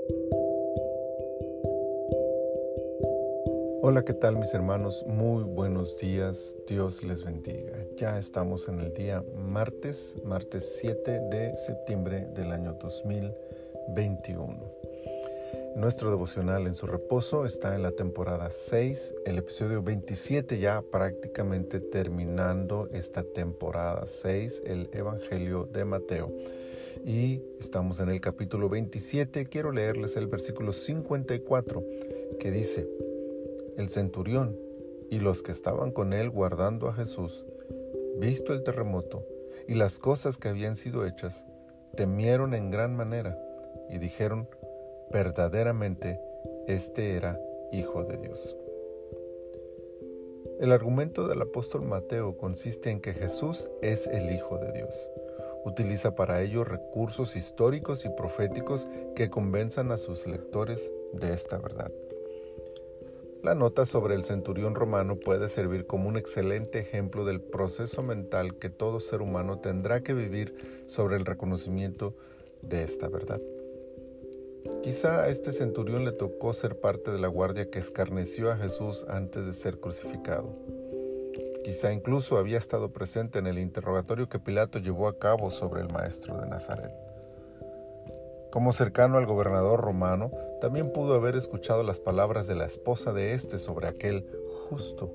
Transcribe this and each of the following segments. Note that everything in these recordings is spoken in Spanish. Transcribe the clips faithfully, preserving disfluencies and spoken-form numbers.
Hola, ¿qué tal mis hermanos? Muy buenos días, Dios les bendiga. Ya estamos en el día martes, martes siete de septiembre del año dos mil veintiuno. Nuestro devocional En su reposo está en la temporada seis, el episodio veintisiete, ya prácticamente terminando esta temporada seis, el Evangelio de Mateo. Y estamos en el capítulo veintisiete. Quiero leerles el versículo cincuenta y cuatro, que dice: El centurión y los que estaban con él guardando a Jesús, visto el terremoto y las cosas que habían sido hechas, temieron en gran manera y dijeron: verdaderamente, este era Hijo de Dios. El argumento del apóstol Mateo consiste en que Jesús es el Hijo de Dios. Utiliza para ello recursos históricos y proféticos que convenzan a sus lectores de esta verdad. La nota sobre el centurión romano puede servir como un excelente ejemplo del proceso mental que todo ser humano tendrá que vivir sobre el reconocimiento de esta verdad. Quizá a este centurión le tocó ser parte de la guardia que escarneció a Jesús antes de ser crucificado. Quizá incluso había estado presente en el interrogatorio que Pilato llevó a cabo sobre el maestro de Nazaret. Como cercano al gobernador romano, también pudo haber escuchado las palabras de la esposa de éste sobre aquel justo.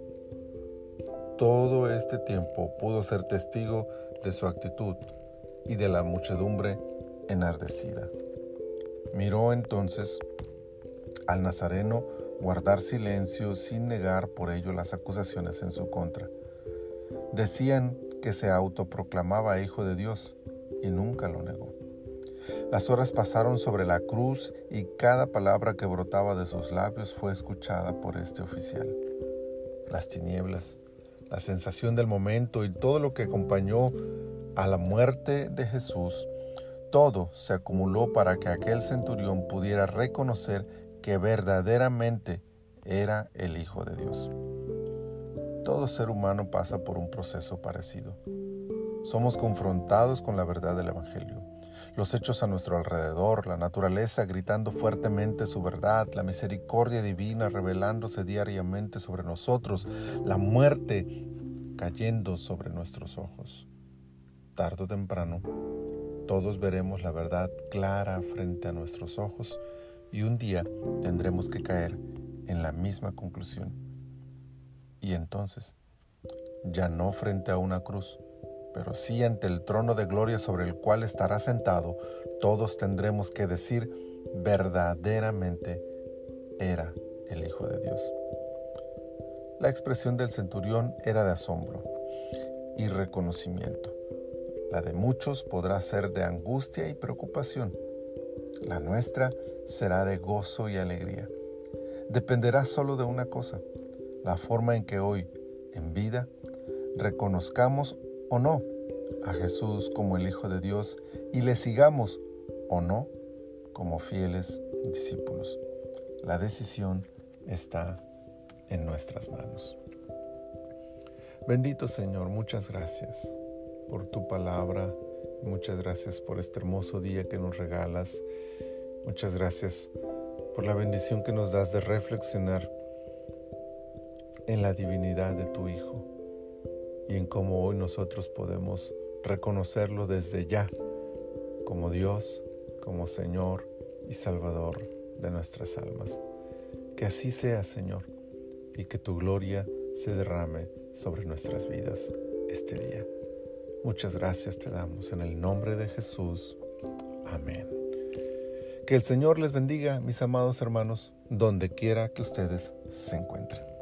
Todo este tiempo pudo ser testigo de su actitud y de la muchedumbre enardecida. Miró entonces al nazareno guardar silencio sin negar por ello las acusaciones en su contra. Decían que se autoproclamaba hijo de Dios y nunca lo negó. Las horas pasaron sobre la cruz y cada palabra que brotaba de sus labios fue escuchada por este oficial. Las tinieblas, la sensación del momento y todo lo que acompañó a la muerte de Jesús, todo se acumuló para que aquel centurión pudiera reconocer que verdaderamente era el Hijo de Dios. Todo ser humano pasa por un proceso parecido. Somos confrontados con la verdad del Evangelio. Los hechos a nuestro alrededor, la naturaleza gritando fuertemente su verdad, la misericordia divina revelándose diariamente sobre nosotros, la muerte cayendo sobre nuestros ojos. Tarde o temprano, todos veremos la verdad clara frente a nuestros ojos y un día tendremos que caer en la misma conclusión. Y entonces, ya no frente a una cruz, pero sí ante el trono de gloria sobre el cual estará sentado, todos tendremos que decir: verdaderamente era el Hijo de Dios. La expresión del centurión era de asombro y reconocimiento. La de muchos podrá ser de angustia y preocupación. La nuestra será de gozo y alegría. Dependerá solo de una cosa: la forma en que hoy, en vida, reconozcamos o no a Jesús como el Hijo de Dios y le sigamos o no como fieles discípulos. La decisión está en nuestras manos. Bendito Señor, muchas gracias por tu palabra, muchas gracias por este hermoso día que nos regalas, muchas gracias por la bendición que nos das de reflexionar en la divinidad de tu Hijo y en cómo hoy nosotros podemos reconocerlo desde ya como Dios, como Señor y Salvador de nuestras almas. Que así sea, Señor, y que tu gloria se derrame sobre nuestras vidas este día. Muchas gracias te damos en el nombre de Jesús. Amén. Que el Señor les bendiga, mis amados hermanos, donde quiera que ustedes se encuentren.